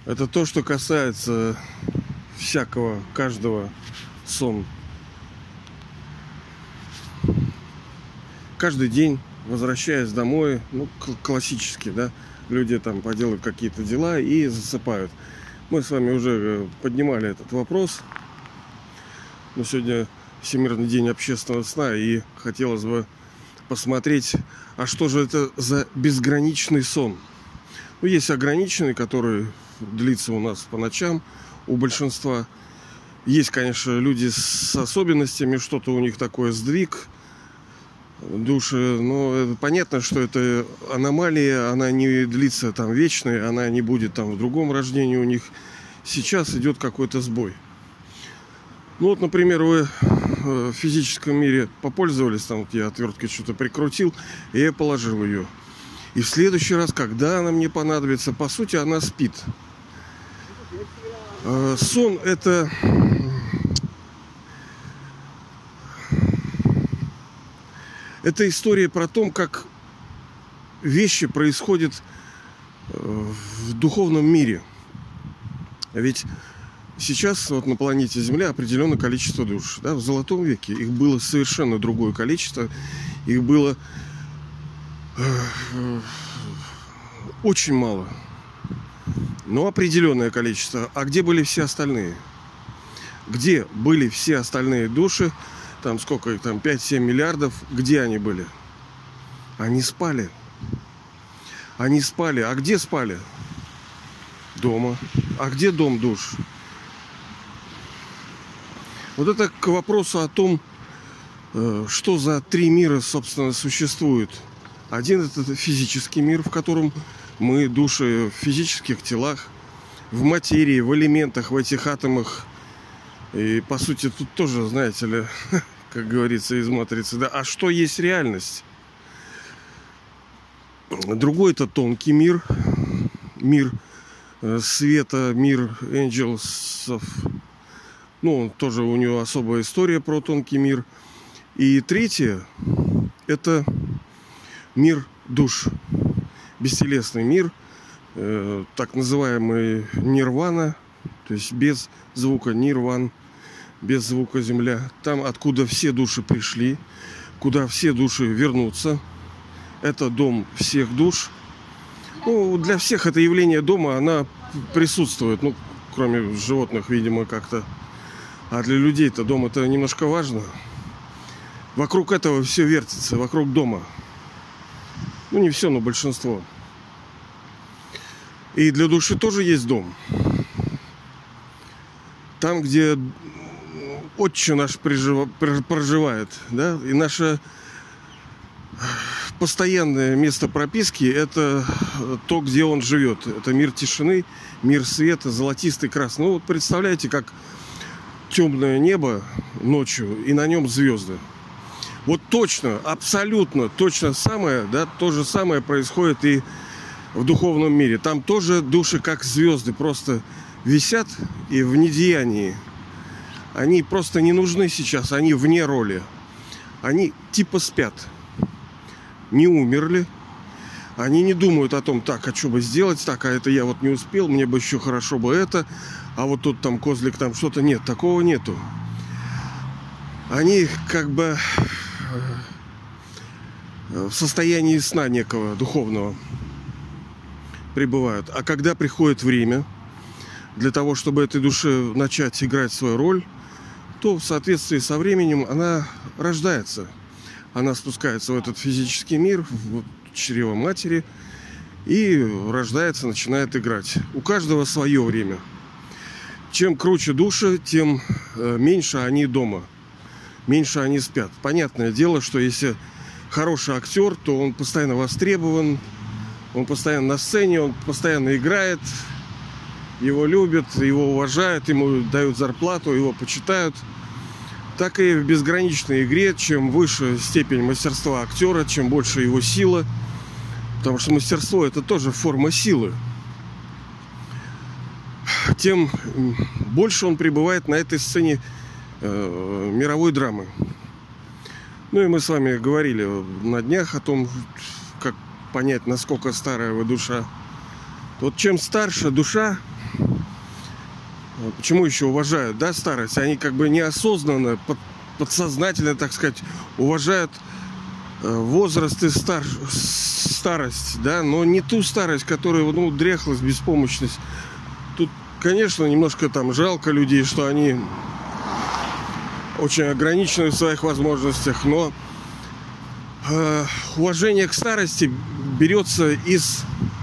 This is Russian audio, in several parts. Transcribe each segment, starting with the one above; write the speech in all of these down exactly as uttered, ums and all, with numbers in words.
Это то, что касается всякого, каждого сон. Каждый день, возвращаясь домой, ну, классически, да, люди там поделают какие-то дела и засыпают. Мы с вами уже поднимали этот вопрос. Но сегодня Всемирный день общественного сна, и хотелось бы посмотреть, а что же это за безграничный сон. Ну, есть ограниченный, который длится у нас по ночам, у большинства. Есть, конечно, люди с особенностями, что-то у них такое сдвиг души, но понятно, что это аномалия, она не длится там вечно, она не будет там в другом рождении у них. Сейчас идет какой-то сбой. Ну вот, например, вы в физическом мире попользовались, там вот я отверткой что-то прикрутил, и я положил ее. И в следующий раз, когда она мне понадобится, по сути, она спит. Сон — это это история про то, как вещи происходят в духовном мире. Ведь сейчас вот на планете Земля определенное количество душ. Да? В Золотом веке их было совершенно другое количество. Их было э, очень мало. Но определенное количество. А где были все остальные? Где были все остальные души? Там сколько их там? пять-семь миллиардов. Где они были? Они спали. Они спали. А где спали? Дома. А где дом душ? Вот это к вопросу о том, что за три мира, собственно, существуют. Один — это физический мир, в котором мы, души, в физических телах, в материи, в элементах, в этих атомах. И, по сути, тут тоже, знаете ли, как говорится из «Матрицы», да, а что есть реальность? Другой — это тонкий мир, мир света, мир энджелсов. Ну, тоже у него особая история про тонкий мир. И третье — это мир душ. Бестелесный мир, э, так называемый нирвана, то есть без звука нирван, без звука земля. Там, откуда все души пришли, куда все души вернутся. Это дом всех душ. Ну, для всех это явление дома, она присутствует. Ну, кроме животных, видимо, как-то. А для людей-то дом это немножко важно. Вокруг этого все вертится, вокруг дома. Ну, не все, но большинство. И для души тоже есть дом. Там, где отче наш проживает, да, и наше постоянное место прописки — это то, где он живет. Это мир тишины, мир света, золотистый, красный. Ну, вот представляете, как темное небо ночью, и на нем звезды. Вот точно, абсолютно точно самое, да, то же самое происходит и в духовном мире. Там тоже души, как звезды, просто висят и в недеянии. Они просто не нужны сейчас, они вне роли. Они типа спят. Не умерли. Они не думают о том, так, а что бы сделать, так, а это я вот не успел, мне бы еще хорошо бы это, а вот тут там козлик, там что-то. Нет, такого нету. Они как бы в состоянии сна некого духовного пребывают. А когда приходит время для того, чтобы этой душе начать играть свою роль, то в соответствии со временем она рождается. Она спускается в этот физический мир, в чрево матери, и рождается, начинает играть. У каждого свое время. Чем круче души, тем меньше они дома. Меньше они спят. Понятное дело, что если хороший актер, то он постоянно востребован, он постоянно на сцене, он постоянно играет, его любят, его уважают, ему дают зарплату, его почитают. Так и в безграничной игре, чем выше степень мастерства актера, чем больше его сила, потому что мастерство — это тоже форма силы, тем больше он пребывает на этой сцене э, мировой драмы. Ну и мы с вами говорили на днях о том, как понять, насколько старая вы душа. Вот чем старше душа, Почему еще уважают, да, старость? Они как бы неосознанно, подсознательно, так сказать, уважают возраст и стар... старость, да, но не ту старость, которая, ну, дряхлость, беспомощность. Тут, конечно, немножко там жалко людей, что они очень ограничены в своих возможностях, но э, уважение к старости берется из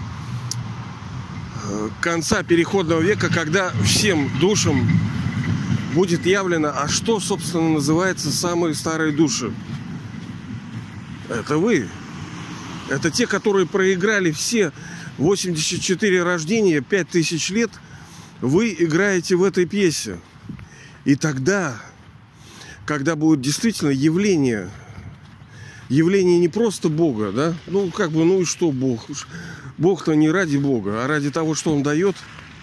э, конца переходного века, когда всем душам будет явлено, а что, собственно, называется самые старые души. Это вы. Это те, которые проиграли все восемьдесят четыре рождения, пять тысяч лет. Вы играете в этой пьесе. И тогда, когда будет действительно явление, явление не просто Бога, да, ну, как бы, ну и что Бог? Бог-то не ради Бога, а ради того, что Он дает.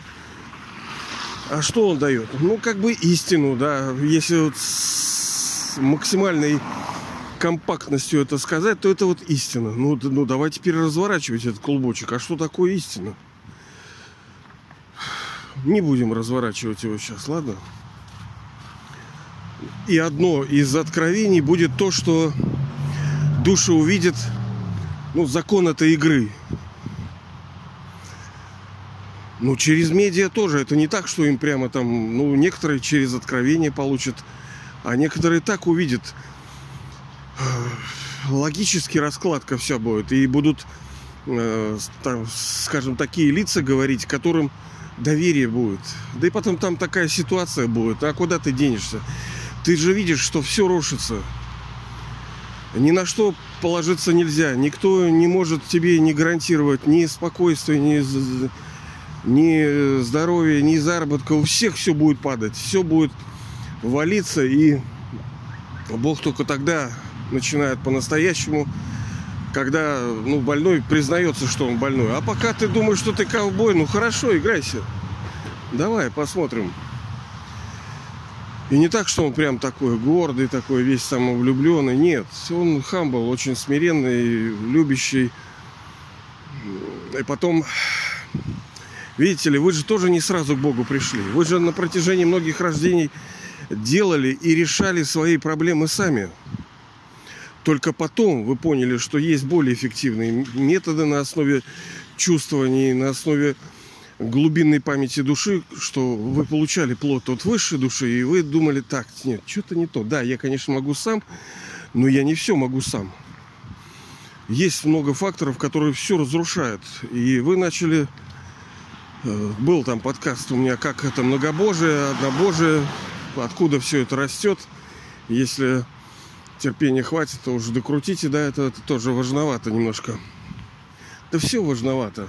А что Он дает? Ну, как бы истину, да. Если вот с максимальной компактностью это сказать, то это вот истина. Ну, ну давай теперь разворачивать этот клубочек. А что такое истина? Не будем разворачивать его сейчас, ладно? И одно из откровений будет то, что души увидят, ну, закон этой игры. Ну, через медиа тоже. Это не так, что им прямо там, ну, некоторые через откровение получат, а некоторые так увидят. Логически раскладка вся будет. И будут, э, там, скажем, такие лица говорить, которым доверие будет. Да и потом там такая ситуация будет. А куда ты денешься? Ты же видишь, что все рушится. Ни на что положиться нельзя. Никто не может тебе не гарантировать ни спокойствия, ни, ни здоровья, ни заработка. У всех все будет падать. Все будет валиться. И Бог только тогда начинает по-настоящему, когда, ну, больной признается, что он больной. А пока ты думаешь, что ты ковбой, ну хорошо, играйся. Давай, посмотрим. И не так, что он прям такой гордый, такой весь самовлюбленный. Нет, он хамбл, очень смиренный, любящий. И потом, видите ли, вы же тоже не сразу к Богу пришли. Вы же на протяжении многих рождений делали и решали свои проблемы сами. Только потом вы поняли, что есть более эффективные методы на основе чувствований, на основе глубинной памяти души, что вы получали плод от высшей души, и вы думали: так, нет, что-то не то. Да, я, конечно, могу сам, но я не все могу сам. Есть много факторов, которые все разрушают. И вы начали... Был там подкаст у меня, как это многобожие, однобожие, откуда все это растет. Если терпения хватит, то уже докрутите, да, это, это тоже важновато немножко. Да все важновато.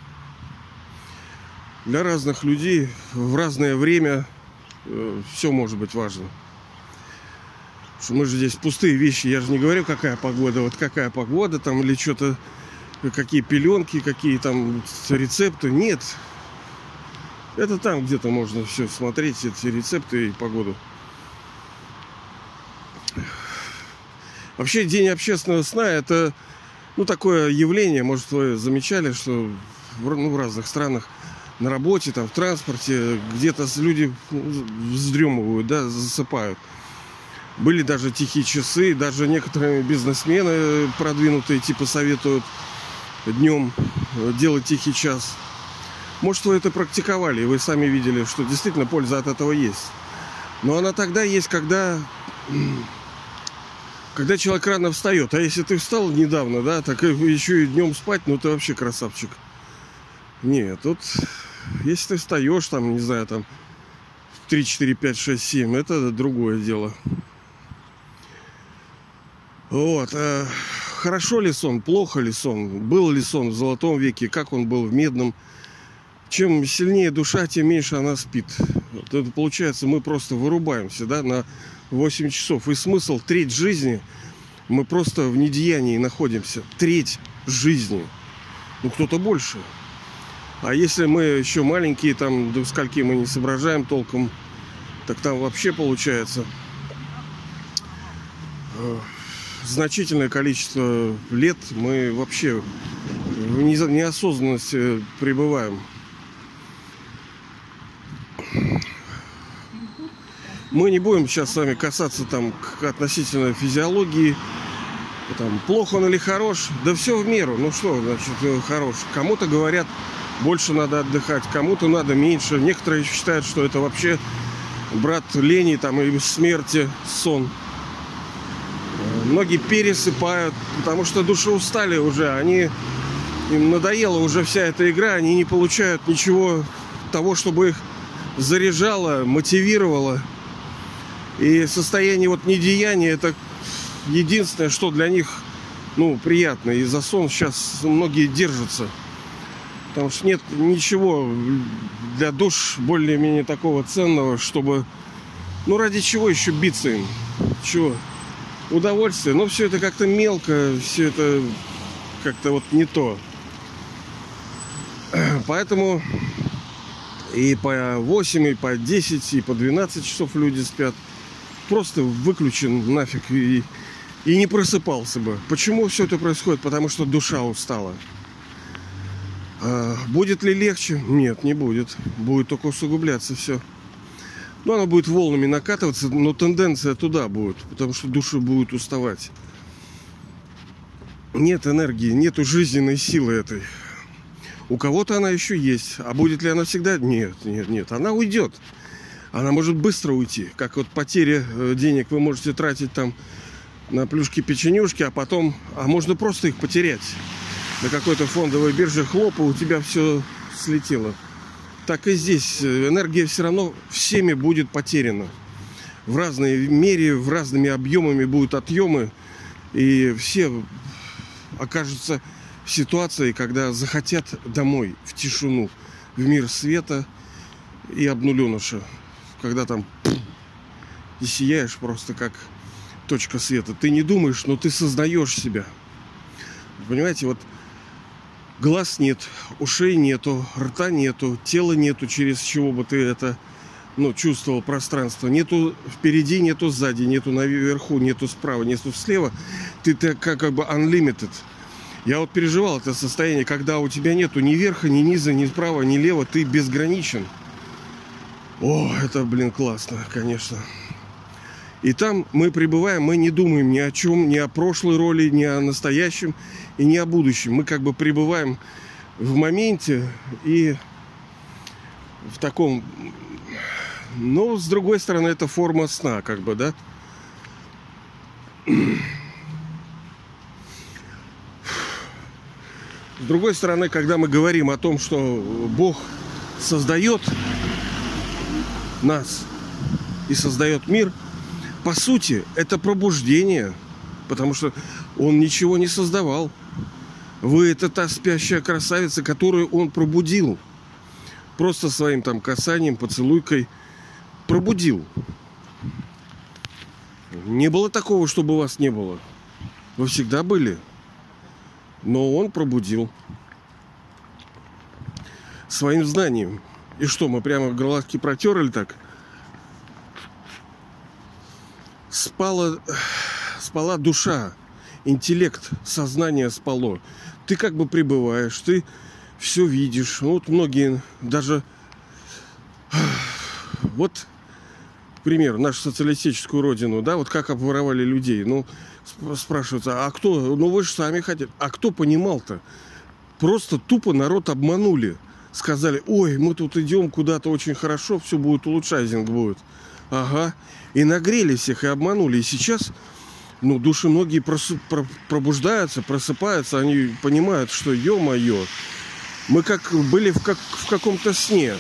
Для разных людей в разное время э, все может быть важно. Что мы же здесь пустые вещи. Я же не говорю, какая погода, вот какая погода там, или что-то, какие пеленки, какие там рецепты. Нет. Это там где-то можно все смотреть, эти рецепты и погоду. Вообще, День общественного сна — это, ну, такое явление, может, вы замечали, что в, ну, в разных странах на работе, там, в транспорте, где-то люди вздремывают, да, засыпают. Были даже тихие часы, даже некоторые бизнесмены продвинутые типа советуют днем делать тихий час. Может, вы это практиковали, и вы сами видели, что действительно польза от этого есть. Но она тогда есть, когда... Когда человек рано встает. А если ты встал недавно, да, так еще и днем спать, ну ты вообще красавчик. Нет, тут если ты встаешь, там, не знаю, там три, четыре, пять, шесть, семь, это другое дело. Вот. А хорошо ли сон, плохо ли сон? Был ли сон в золотом веке, как он был в медном? Чем сильнее душа, тем меньше она спит. Вот это получается, мы просто вырубаемся, да, на восемь часов. И смысл, треть жизни, мы просто в недеянии находимся. Треть жизни. Ну, кто-то больше. А если мы еще маленькие, там, до скольки мы не соображаем толком, так там вообще получается э, значительное количество лет мы вообще в неосознанности пребываем. Мы не будем сейчас с вами касаться там к относительно физиологии, там, плохо он или хорош, да все в меру. Ну что значит хорош? Кому-то говорят, больше надо отдыхать, кому-то надо меньше. Некоторые считают, что это вообще брат лени там, и смерти сон. Многие пересыпают, потому что души устали уже. Они, им надоела уже вся эта игра, они не получают ничего того, чтобы их заряжало, мотивировало. И состояние вот недеяния — это единственное, что для них, ну, приятно. И за сон сейчас многие держатся. Потому что нет ничего для душ более-менее такого ценного, чтобы... Ну, ради чего еще биться им? Чего? Удовольствие. Но все это как-то мелко, все это как-то вот не то. Поэтому и по восемь, и по десять, и по двенадцать часов люди спят. Просто выключен нафиг и, и не просыпался бы. Почему все это происходит? Потому что душа устала. А будет ли легче? Нет, не будет. Будет только усугубляться все. Ну, оно будет волнами накатываться, но тенденция туда будет, потому что души будут уставать. Нет энергии, нету жизненной силы этой. У кого-то она еще есть. А будет ли она всегда? Нет, нет, нет. Она уйдет. Она может быстро уйти. Как вот потеря денег вы можете тратить там на плюшки-печенюшки, а потом... А можно просто их потерять. На какой-то фондовой бирже хлопа у тебя все слетело. Так и здесь энергия все равно всеми будет потеряна. В разной мере, в разными объемами будут отъемы. И все окажутся в ситуации, когда захотят домой, в тишину, в мир света и обнуленыша. Когда там и сияешь просто как точка света. Ты не думаешь, но ты сознаешь себя. Понимаете, вот глаз нет, ушей нету, рта нету, тела нету, через чего бы ты это, ну, чувствовал пространство. Нету впереди, нету сзади, нету наверху, нету справа, нету слева. Ты, ты как, как бы unlimited. Я вот переживал это состояние, когда у тебя нету ни верха, ни низа, ни справа, ни лева. Ты безграничен. О, это, блин, классно, конечно. И там мы пребываем, мы не думаем ни о чем, ни о прошлой роли, ни о настоящем и ни о будущем. Мы как бы пребываем в моменте и в таком... Но, с другой стороны, это форма сна, как бы, да? С другой стороны, когда мы говорим о том, что Бог создает нас и создает мир, по сути, это пробуждение, потому что Он ничего не создавал. Вы — это та спящая красавица, которую Он пробудил. Просто своим там касанием, поцелуйкой пробудил. Не было такого, чтобы вас не было. Вы всегда были. Но Он пробудил своим знанием. И что, мы прямо глазки протерли так? Спала, спала душа, интеллект, сознание спало. Ты как бы пребываешь, ты все видишь. Вот многие даже... Вот пример, нашу социалистическую родину, да, вот как обворовали людей. Ну, спрашивается, а кто? Ну, вы же сами хотели. А кто понимал-то? Просто тупо народ обманули. Сказали, ой, мы тут идем куда-то очень хорошо, все будет, улучшайзинг будет. Ага. И нагрели всех, и обманули. И сейчас, ну, души многие просып, про, пробуждаются, просыпаются, они понимают, что, ё-моё, мы как были в, как, в каком-то сне.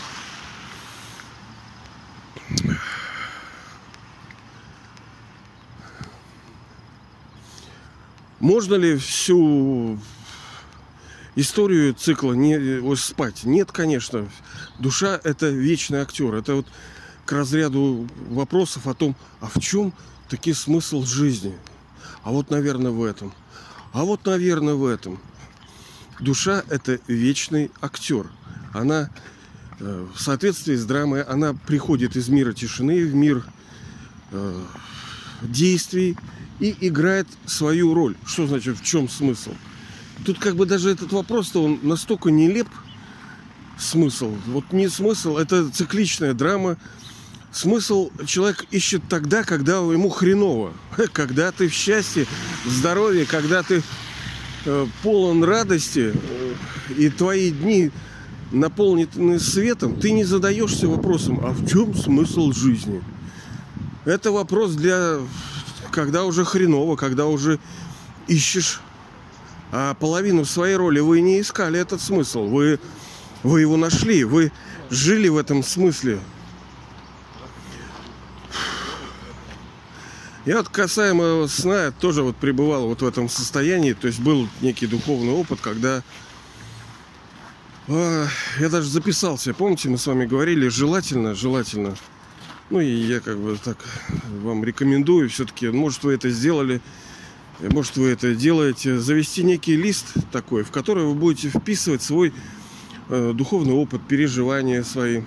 Можно ли всю историю цикла не спать? Нет, конечно. Душа — это вечный актер. Это вот к разряду вопросов о том, а в чем таки смысл жизни? А вот, наверное, в этом. А вот, наверное, в этом. Душа — это вечный актер. Она в соответствии с драмой, она приходит из мира тишины в мир э, действий и играет свою роль. Что значит, в чем смысл? Тут как бы даже этот вопрос-то, он настолько нелеп, смысл. Вот не смысл, это цикличная драма, Смысл человек ищет тогда, когда ему хреново. Когда ты в счастье, в здоровье, когда ты э, полон радости, э, и твои дни наполнены светом, ты не задаешься вопросом, а в чем смысл жизни? Это вопрос для... когда уже хреново, когда уже ищешь. А половину своей роли вы не искали этот смысл. Вы, вы его нашли, вы жили в этом смысле. Я вот касаемо сна тоже вот пребывал вот в этом состоянии. То есть был некий духовный опыт, когда э, я даже записался. Помните, мы с вами говорили, желательно, желательно. Ну и я как бы так вам рекомендую все-таки. Может, вы это сделали, может, вы это делаете. Завести некий лист такой, в который вы будете вписывать свой э, духовный опыт, переживания свои.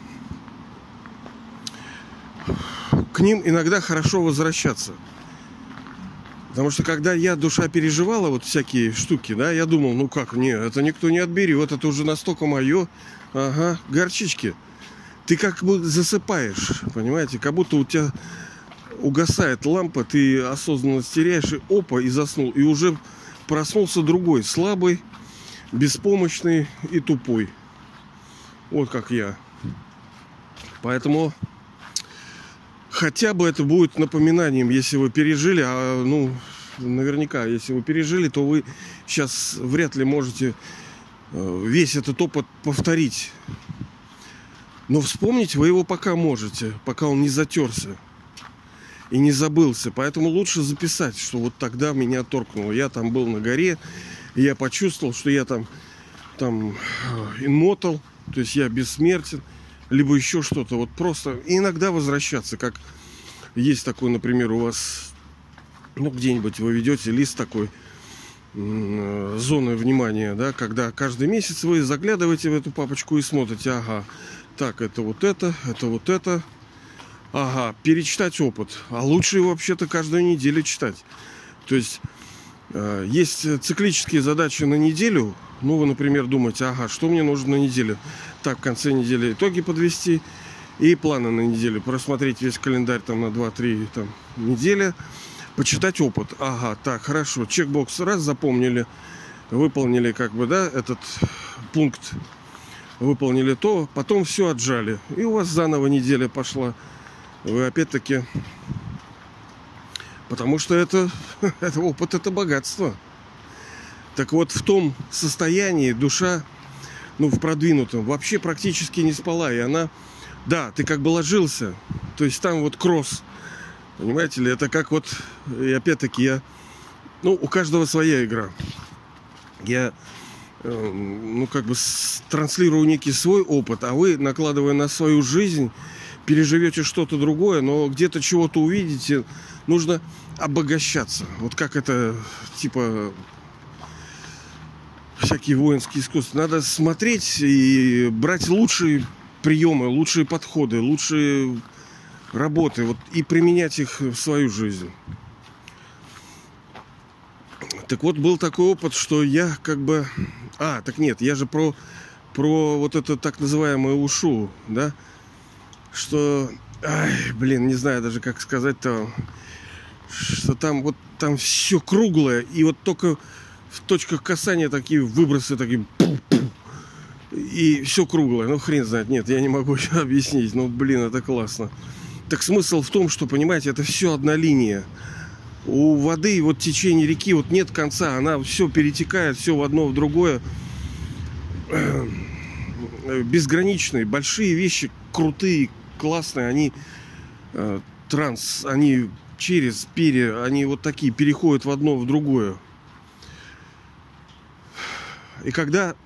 К ним иногда хорошо возвращаться. Потому что когда я, душа, переживала вот всякие штуки, да, я думал, ну как, не, это никто не отберет, это уже настолько мое. Ага, горчички. Ты как бы засыпаешь, понимаете, как будто у тебя угасает лампа, ты осознанность теряешь, и опа, и заснул. И уже проснулся другой, слабый, беспомощный и тупой. Вот как я. Поэтому... Хотя бы это будет напоминанием, если вы пережили, а ну, наверняка, если вы пережили, то вы сейчас вряд ли можете весь этот опыт повторить. Но вспомнить вы его пока можете, пока он не затерся и не забылся. Поэтому лучше записать, что вот тогда меня торкнуло. Я там был на горе, и я почувствовал, что я там, там инмотал, то есть я бессмертен. Либо еще что-то, вот просто иногда возвращаться, как есть такой, например, у вас, ну, где-нибудь вы ведете лист такой, э, зоны внимания, да, когда каждый месяц вы заглядываете в эту папочку и смотрите, ага, так, это вот это, это вот это, ага, перечитать опыт, а лучше его вообще-то каждую неделю читать. То есть э, есть циклические задачи на неделю. Ну, вы, например, думаете, ага, что мне нужно на неделю? Так, в конце недели итоги подвести и планы на неделю. Просмотреть весь календарь там на два-три там, недели. Почитать опыт. Ага, так, хорошо. Чекбокс раз запомнили. Выполнили как бы, да, этот пункт. Выполнили то. Потом все отжали. И у вас заново неделя пошла. Вы опять-таки... Потому что это, это опыт, это богатство. Так вот, в том состоянии душа, ну, в продвинутом, вообще практически не спала. И она, да, ты как бы ложился. То есть там вот кросс. Понимаете ли, это как вот, и опять-таки я, ну, у каждого своя игра. Я, э, ну, как бы с, транслирую некий свой опыт, а вы, накладывая на свою жизнь, переживете что-то другое, но где-то чего-то увидите, нужно обогащаться. Вот как это, типа... всякие воинские искусства. Надо смотреть и брать лучшие приемы, лучшие подходы, лучшие работы, вот, и применять их в свою жизнь. Так вот, был такой опыт, что я как бы... А, так нет, я же про, про вот это так называемое ушу, да? Что... Ай, блин, не знаю даже, как сказать-то. Что там вот там все круглое, и вот только... в точках касания такие выбросы, такие, и все круглое. Ну, хрен знает. Нет, я не могу объяснить. Ну, блин, это классно. Так смысл в том, что, понимаете, это все одна линия. У воды, вот течение реки, вот нет конца. Она все перетекает, все в одно, в другое. Безграничные, большие вещи, крутые, классные. Они э, транс, они через, пере, они вот такие переходят в одно, в другое. И когда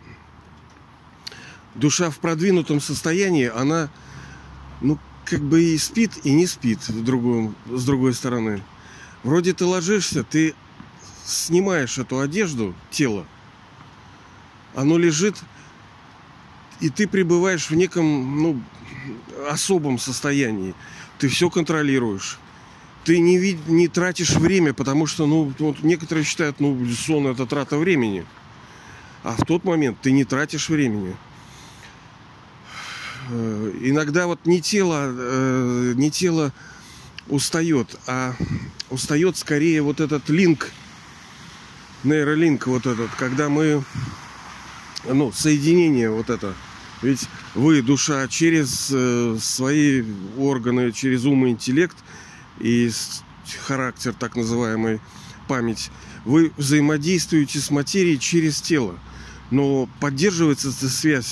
душа в продвинутом состоянии, она, ну, как бы и спит, и не спит в другом, с другой стороны. Вроде ты ложишься, ты снимаешь эту одежду, тело, оно лежит, и ты пребываешь в неком, ну, особом состоянии. Ты все контролируешь. Ты не, вид, не тратишь время, потому что, ну, вот некоторые считают, ну, сон — это трата времени. А в тот момент ты не тратишь времени. иногда вот не тело, не тело устает, а устает скорее вот этот линк, нейролинк вот этот, когда мы, ну, соединение вот это. Ведь вы, душа, через свои органы, через ум и интеллект и характер, так называемый, память, вы взаимодействуете с материей через тело. Но поддерживается эта связь.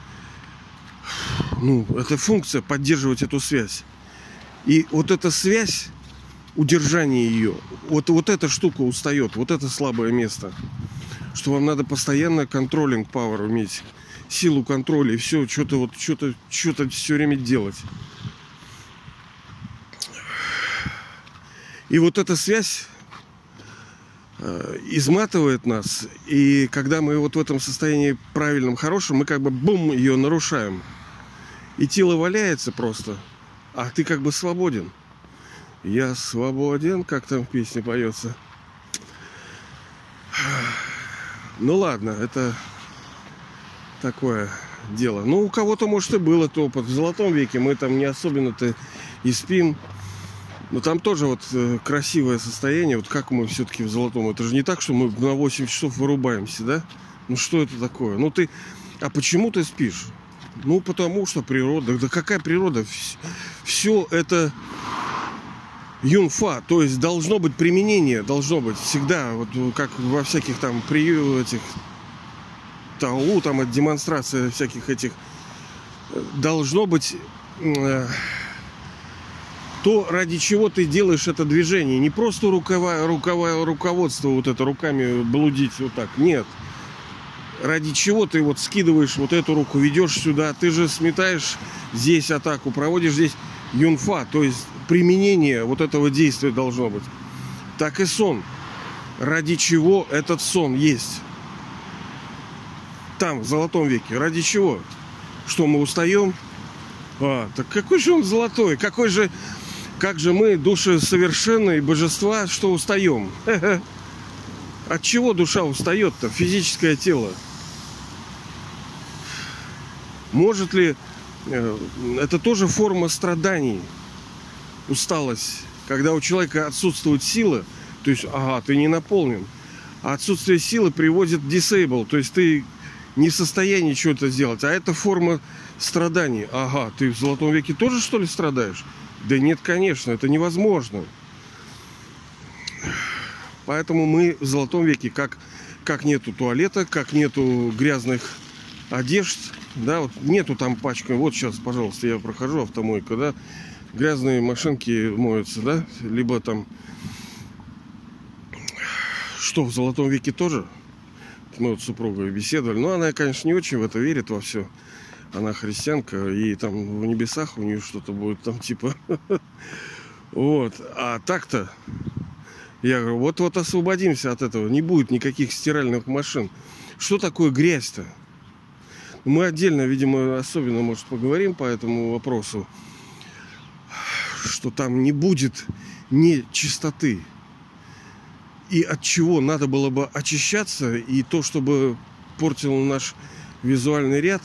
Ну, это функция поддерживать эту связь. И вот эта связь, удержание ее, вот, вот эта штука устает, вот это слабое место. Что вам надо постоянно контролинг пауэр уметь, силу контроля и все, что-то вот, что-то, что-то все время делать. И вот эта связь э, изматывает нас, и когда мы вот в этом состоянии правильном, хорошем, мы как бы бум, ее нарушаем. И тело валяется просто, а ты как бы свободен. Я свободен, как там в песне поется. Ну ладно, это такое дело. Ну, у кого-то, может, и был этот опыт. В Золотом веке мы там не особенно-то и спим. Но там тоже вот красивое состояние. Вот как мы все-таки в Золотом. Это же не так, что мы на восемь часов вырубаемся, да? Ну, что это такое? Ну, ты... А почему ты спишь? Ну, потому что природа. Да какая природа? Все это юнфа. То есть должно быть применение. Должно быть всегда. Вот как во всяких там при этих тау, там от демонстрации всяких этих. Должно быть э, то, ради чего ты делаешь это движение. Не просто рукава, рукава, руководство вот это руками блудить вот так. Нет. Ради чего ты вот скидываешь вот эту руку, ведешь сюда, ты же сметаешь здесь атаку, проводишь здесь юнфа, то есть применение вот этого действия должно быть. Так и сон. Ради чего этот сон есть? Там, в Золотом веке. Ради чего? Что, мы устаем? А, так какой же он золотой? Какой же, как же мы, души совершенные, божества, что устаем? От чего душа устает-то? Физическое тело. Может ли... Это тоже форма страданий. Усталость. Когда у человека отсутствует сила, то есть, ага, ты не наполнен. А отсутствие силы приводит к disable. То есть ты не в состоянии что-то сделать. А это форма страданий. Ага, ты в Золотом веке тоже, что ли, страдаешь? Да нет, конечно, это невозможно. Поэтому мы в Золотом веке, как, как нету туалета, как нету грязных одежд, да, вот нету там пачка. Вот сейчас, пожалуйста, я прохожу, автомойка, да, грязные машинки моются, да, либо там, что в Золотом веке тоже. Мы вот с супругой беседовали, но она, конечно, не очень в это верит, во все. Она христианка, и там в небесах у нее что-то будет там типа, вот, а так-то. Я говорю, вот-вот освободимся от этого. Не будет никаких стиральных машин. Что такое грязь-то? Мы отдельно, видимо, особенно, может, поговорим по этому вопросу. Что там не будет нечистоты. И от чего надо было бы очищаться. И то, чтобы портило наш визуальный ряд.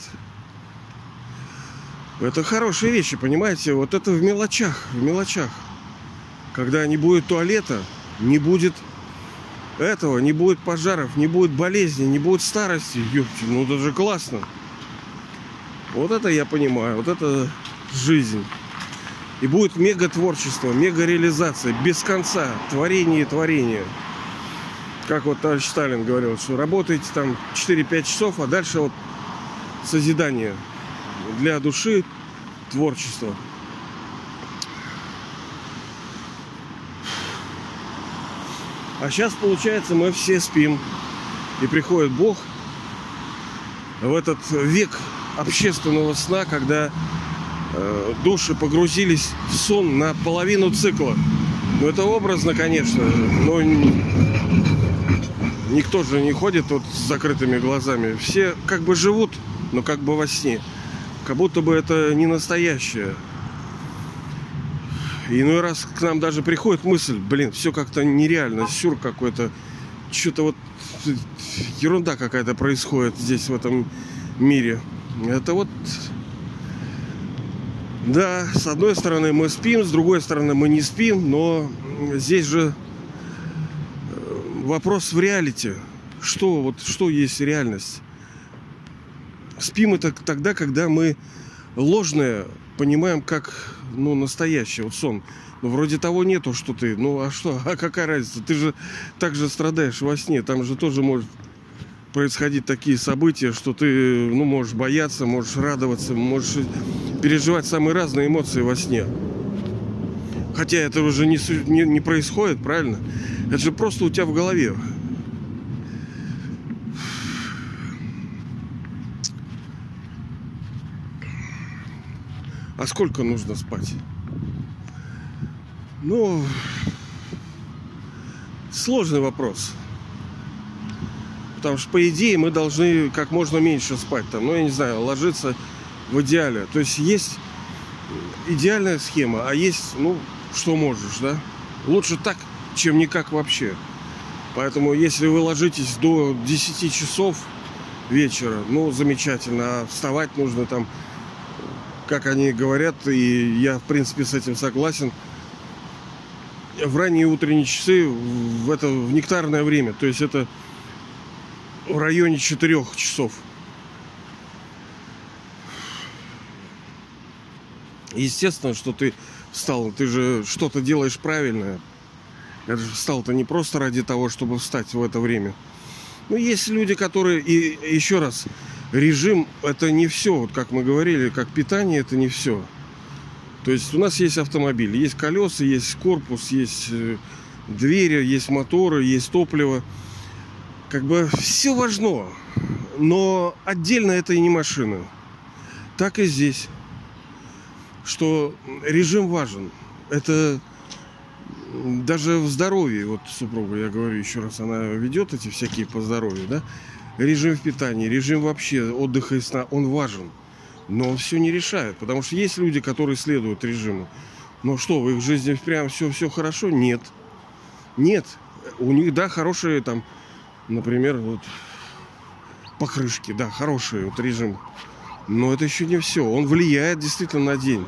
Это хорошие вещи, понимаете? Вот это в мелочах. В мелочах. Когда не будет туалета, не будет этого, не будет пожаров, не будет болезней, не будет старости. Ёпти, ну это же классно. Вот это я понимаю, вот это жизнь. И будет мега творчество, мега реализация, без конца, творение и творение. Как вот товарищ Сталин говорил, что работаете там четыре-пять часов, а дальше вот созидание для души, творчество. А сейчас, получается, мы все спим. И приходит Бог в этот век общественного сна, когда э, души погрузились в сон на половину цикла. Ну, это образно, конечно, но никто же не ходит вот с закрытыми глазами. Все как бы живут, но как бы во сне. Как будто бы это не настоящее. И иной раз к нам даже приходит мысль, блин, все как-то нереально, сюр какой-то, что-то вот ерунда какая-то происходит здесь, в этом мире. Это вот Да, с одной стороны мы спим, с другой стороны мы не спим, но здесь же вопрос в реалити. Что, вот, что есть реальность? Спим это тогда, когда мы ложное понимаем как, ну, настоящее, вот сон. Ну, вроде того нету, что ты, ну, а что, а какая разница? Ты же так же страдаешь во сне, там же тоже может происходить такие события, что ты, ну, можешь бояться, можешь радоваться, можешь переживать самые разные эмоции во сне. Хотя это уже не, не, не происходит, правильно? Это же просто у тебя в голове. А сколько нужно спать? Ну, сложный вопрос. Потому что, по идее, мы должны как можно меньше спать. Там, ну, я не знаю, ложиться в идеале. То есть есть идеальная схема, а есть, ну, что можешь, да? Лучше так, чем никак вообще. Поэтому, если вы ложитесь до десяти часов вечера, ну, замечательно. А вставать нужно там, как они говорят, и я, в принципе, с этим согласен, в ранние утренние часы, в это в нектарное время. То есть это в районе четырех часов. Естественно, что ты встал, ты же что-то делаешь правильное. Я же встал-то не просто ради того, чтобы встать в это время. Ну, есть люди, которые, и еще раз, режим это не все. Вот как мы говорили, как питание это не все. То есть у нас есть автомобиль, есть колеса, есть корпус, есть двери, есть моторы, есть топливо. Как бы все важно, но отдельно это и не машина. Так и здесь, что режим важен. Это даже в здоровье, вот супруга, я говорю еще раз, она ведет эти всякие по здоровью, да? Режим в питании, режим вообще отдыха и сна, он важен. Но он все не решает, потому что есть люди, которые следуют режиму. Но что, в их жизни прям все, все хорошо? Нет. Нет. У них, да, хорошие там, например, вот покрышки, да, хороший вот режим. Но это еще не все. Он влияет действительно на день.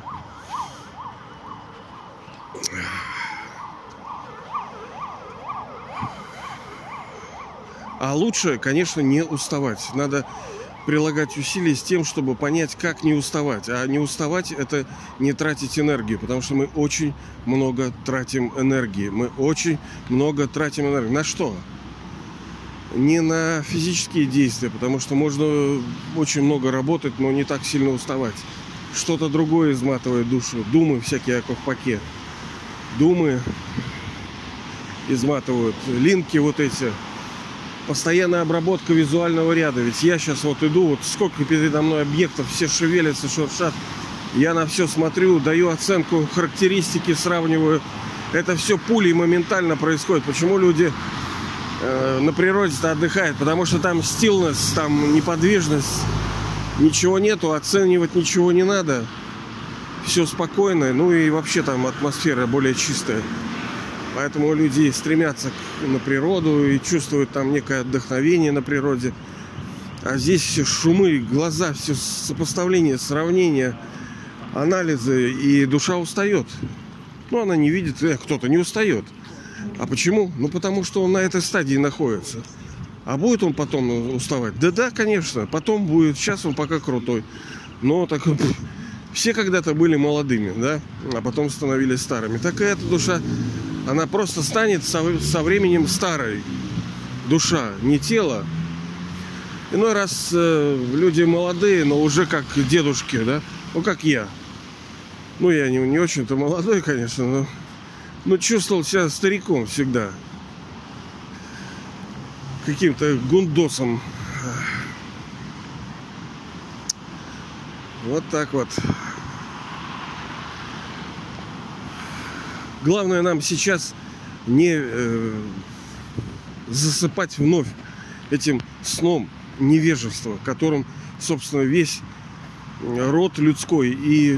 А лучше, конечно, не уставать. Надо прилагать усилия с тем, чтобы понять, как не уставать. А не уставать — это не тратить энергию, потому что мы очень много тратим энергии. Мы очень много тратим энергии. На что? Не на физические действия, потому что можно очень много работать, но не так сильно уставать. Что-то другое изматывает душу. Думы всякие, как в паке. Думы изматывают. Линки вот эти. Постоянная обработка визуального ряда. Ведь я сейчас вот иду, вот сколько передо мной объектов, все шевелятся, шуршат. Я на все смотрю, даю оценку, характеристики сравниваю. Это все пулей моментально происходит. Почему люди э, на природе-то отдыхают? Потому что там stillness, там неподвижность. Ничего нету, оценивать ничего не надо. Все спокойно. Ну и вообще там атмосфера более чистая. Поэтому люди стремятся на природу и чувствуют там некое вдохновение на природе. А здесь все шумы, глаза, все сопоставление, сравнение, анализы, и душа устает. Ну, она не видит, э, кто-то не устает. А почему? Ну, потому что он на этой стадии находится. А будет он потом уставать? Да-да, конечно, потом будет. Сейчас он пока крутой. Но так все когда-то были молодыми, да, а потом становились старыми. Так и эта душа, она просто станет со, со временем старой. Душа, не тело. Иной раз э, люди молодые, но уже как дедушки, да, ну как я. Ну я не, не очень-то молодой, конечно, но, но чувствовал себя стариком всегда. Каким-то гундосом. Вот так вот. Главное нам сейчас не э, засыпать вновь этим сном невежества, которым, собственно, весь род людской, и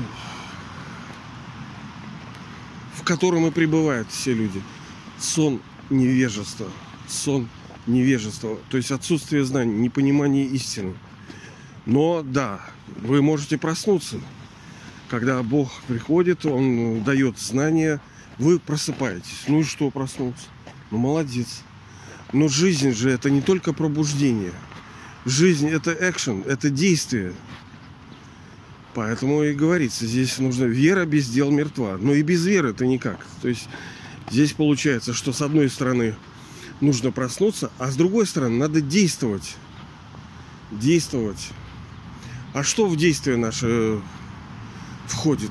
в котором и пребывают все люди. Сон невежества. Сон невежества. То есть отсутствие знаний, непонимание истины. Но да, вы можете проснуться. Когда Бог приходит, Он дает знания, вы просыпаетесь. Ну и что проснуться? Ну молодец. Но жизнь же это не только пробуждение. Жизнь это экшен, это действие. Поэтому и говорится, здесь нужна вера, без дел мертва. Но и без веры это никак. То есть здесь получается, что с одной стороны нужно проснуться, а с другой стороны надо действовать. Действовать. А что в действие наше входит?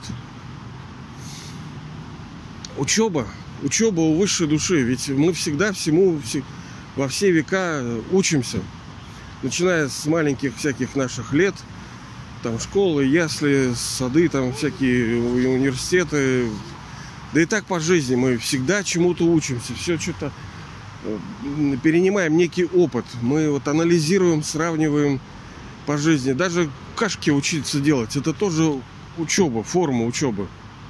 Учеба. Учеба у высшей души. Ведь мы всегда всему, во все века учимся. Начиная с маленьких всяких наших лет. Там школы, ясли, сады, там всякие университеты. Да и так по жизни мы всегда чему-то учимся. Все что-то перенимаем некий опыт. Мы вот анализируем, сравниваем по жизни. Даже кашки учиться делать. Это тоже учеба, форма учебы.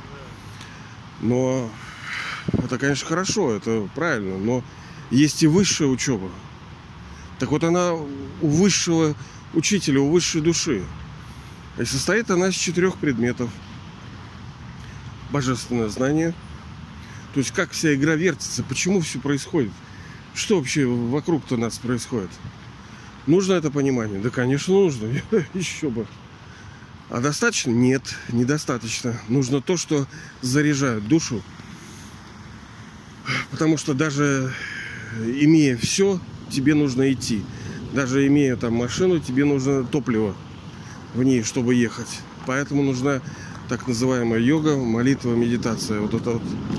Но это, конечно, хорошо, это правильно. Но есть и высшая учеба. Так вот она у высшего учителя, у высшей души. И состоит она из четырех предметов. Божественное знание. То есть как вся игра вертится, почему все происходит. Что вообще вокруг-то нас происходит? Нужно это понимание? Да, конечно, нужно. Еще бы. А достаточно? Нет, недостаточно. Нужно то, что заряжает душу. Потому что даже имея все, тебе нужно идти. Даже имея там машину, тебе нужно топливо в ней, чтобы ехать. Поэтому нужна так называемая йога, молитва, медитация. Вот это вот.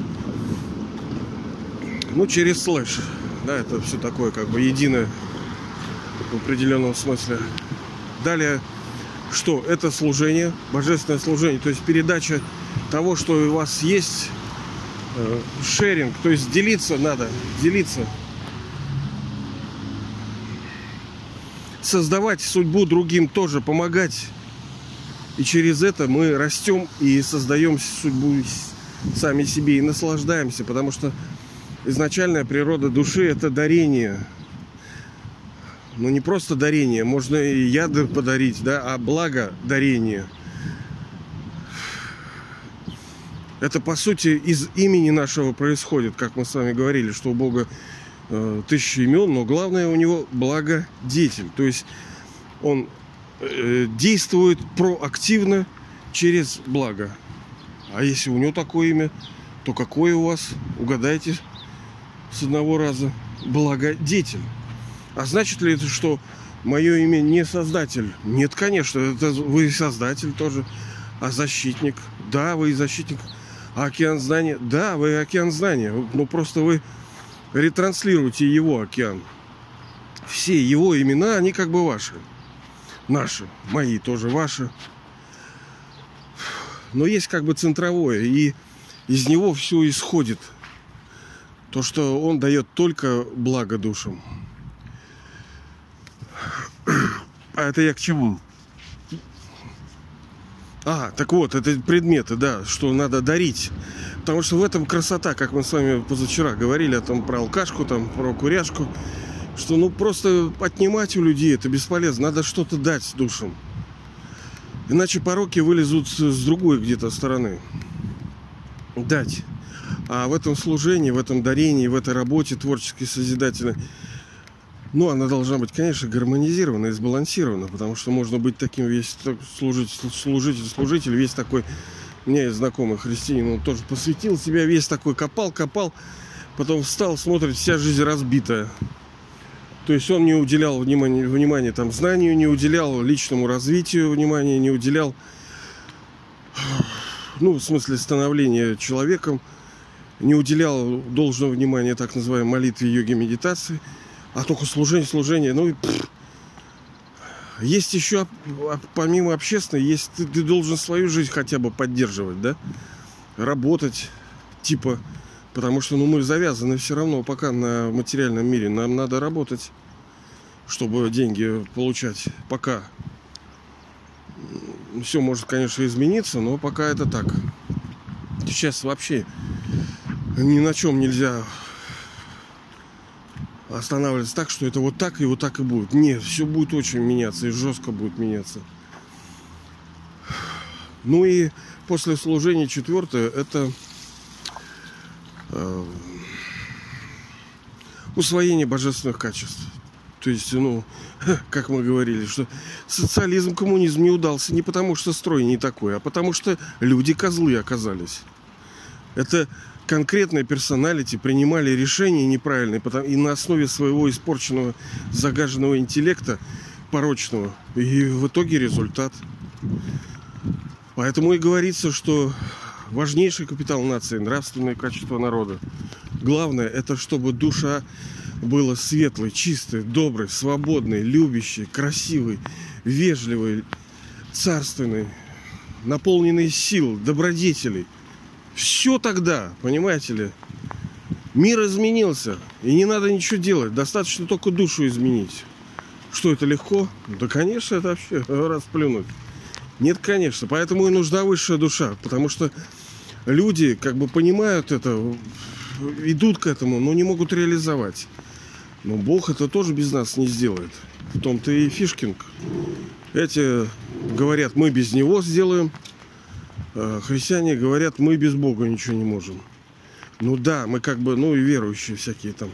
Ну, через слэш. Да, это все такое как бы единое в определенном смысле. Далее, что? Это служение, божественное служение. То есть передача того, что у вас есть. Шеринг, то есть делиться надо, делиться. Создавать судьбу другим тоже, помогать. И через это мы растем и создаем судьбу сами себе и наслаждаемся, потому что изначальная природа души это дарение. Но не просто дарение, можно и яды подарить, да, а благодарение. Это, по сути, из имени нашего происходит, как мы с вами говорили, что у Бога э, тысяча имен, но главное у него благодетель. То есть он э, действует проактивно через благо. А если у него такое имя, то какое у вас? Угадайте с одного раза. Благодетель. А значит ли это, что мое имя не создатель? Нет, конечно, это вы создатель тоже. А защитник? Да, вы защитник. А океан знания? Да, вы океан знания. Ну, просто вы ретранслируете его океан. Все его имена, они как бы ваши. Наши. Мои тоже ваши. Но есть как бы центровое. И из него все исходит. То, что он дает только благо душам. А это я к чему? А, так вот, это предметы, да, что надо дарить. Потому что в этом красота, как мы с вами позавчера говорили, там, про алкашку, там, про куряшку. Что ну просто отнимать у людей это бесполезно. Надо что-то дать душам. Иначе пороки вылезут с другой где-то стороны. Дать. А в этом служении, в этом дарении, в этой работе творческой, созидательной, ну, она должна быть, конечно, гармонизирована и сбалансирована, потому что можно быть таким весь служитель, служитель, служитель, весь такой, у меня есть знакомый христианин, он тоже посвятил себя, весь такой копал, копал, потом встал, смотрит, вся жизнь разбитая. То есть он не уделял внимания, внимания там, знанию, не уделял личному развитию внимания, не уделял, ну, в смысле становления человеком, не уделял должного внимания так называемой молитве, йоге, медитации. А только служение, служение. Ну, пфф. Есть еще, помимо общественной, есть ты, ты должен свою жизнь хотя бы поддерживать, да? Работать, типа, потому что ну, мы завязаны все равно пока на материальном мире. Нам надо работать, чтобы деньги получать. Пока все может, конечно, измениться, но пока это так. Сейчас вообще ни на чем нельзя останавливаться так, что это вот так и вот так и будет. Нет, все будет очень меняться и жестко будет меняться. Ну и после служения четвертое – это э, усвоение божественных качеств. То есть, ну, как мы говорили, что социализм, коммунизм не удался не потому, что строй не такой, а потому что люди козлы оказались. Это конкретные персоналити принимали решения неправильные, и на основе своего испорченного, загаженного интеллекта, порочного, и в итоге результат. Поэтому и говорится, что важнейший капитал нации – нравственные качества народа. Главное – это чтобы душа была светлой, чистой, доброй, свободной, любящей, красивой, вежливой, царственной, наполненной сил, добродетелей. Все тогда, понимаете ли, мир изменился, и не надо ничего делать, достаточно только душу изменить. Что, это легко? Да, конечно, это вообще расплюнуть. Нет, конечно, поэтому и нужна высшая душа, потому что люди как бы понимают это, идут к этому, но не могут реализовать. Но Бог это тоже без нас не сделает. В том-то и фишкинг. Эти говорят, мы без Него сделаем. Христиане говорят, мы без Бога ничего не можем. Ну да, мы как бы, ну и верующие всякие там.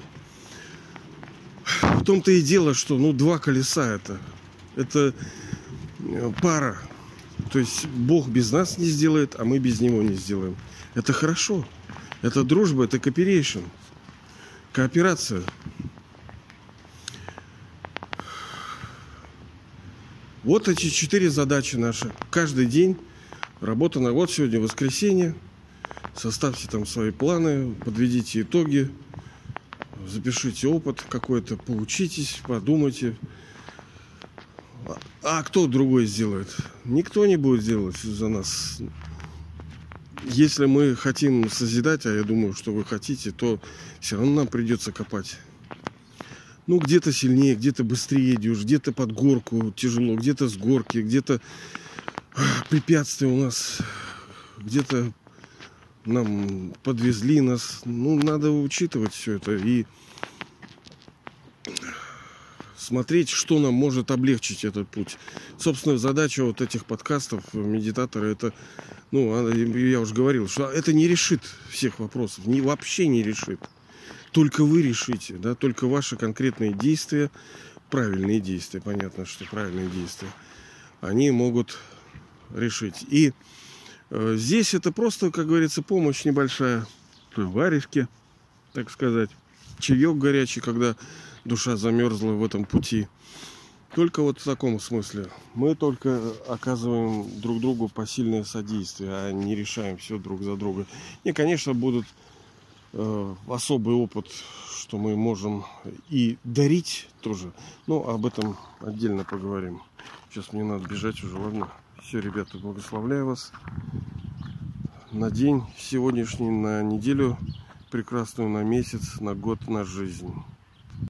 В том-то и дело, что, ну, два колеса это. Это пара. То есть Бог без нас не сделает, а мы без Него не сделаем. Это хорошо. Это дружба, это cooperation. Кооперация. Вот эти четыре задачи наши. Каждый день работа на... Вот сегодня воскресенье. Составьте там свои планы, подведите итоги, запишите опыт какой-то, поучитесь, подумайте. А кто другой сделает? Никто не будет делать за нас. Если мы хотим созидать, а я думаю, что вы хотите, то все равно нам придется копать. Ну, где-то сильнее, где-то быстрее идешь, где-то под горку тяжело, где-то с горки, где-то препятствия у нас, где-то нам подвезли нас. Ну, надо учитывать все это и смотреть, что нам может облегчить этот путь. Собственно, задача вот этих подкастов медитатора, это, ну, я уже говорил, что это не решит всех вопросов, не, вообще не решит. Только вы решите, да, только ваши конкретные действия, правильные действия, понятно, что правильные действия, они могут решить. И э, здесь это просто, как говорится, помощь небольшая, варежки, так сказать, чаек горячий, когда душа замерзла в этом пути. Только вот в таком смысле. Мы только оказываем друг другу посильное содействие, а не решаем все друг за друга. И, конечно, будут э, особый опыт, что мы можем и дарить тоже. Но об этом отдельно поговорим. Сейчас мне надо бежать уже, ладно? Все, ребята, благословляю вас на день сегодняшний, на неделю прекрасную, на месяц, на год, на жизнь.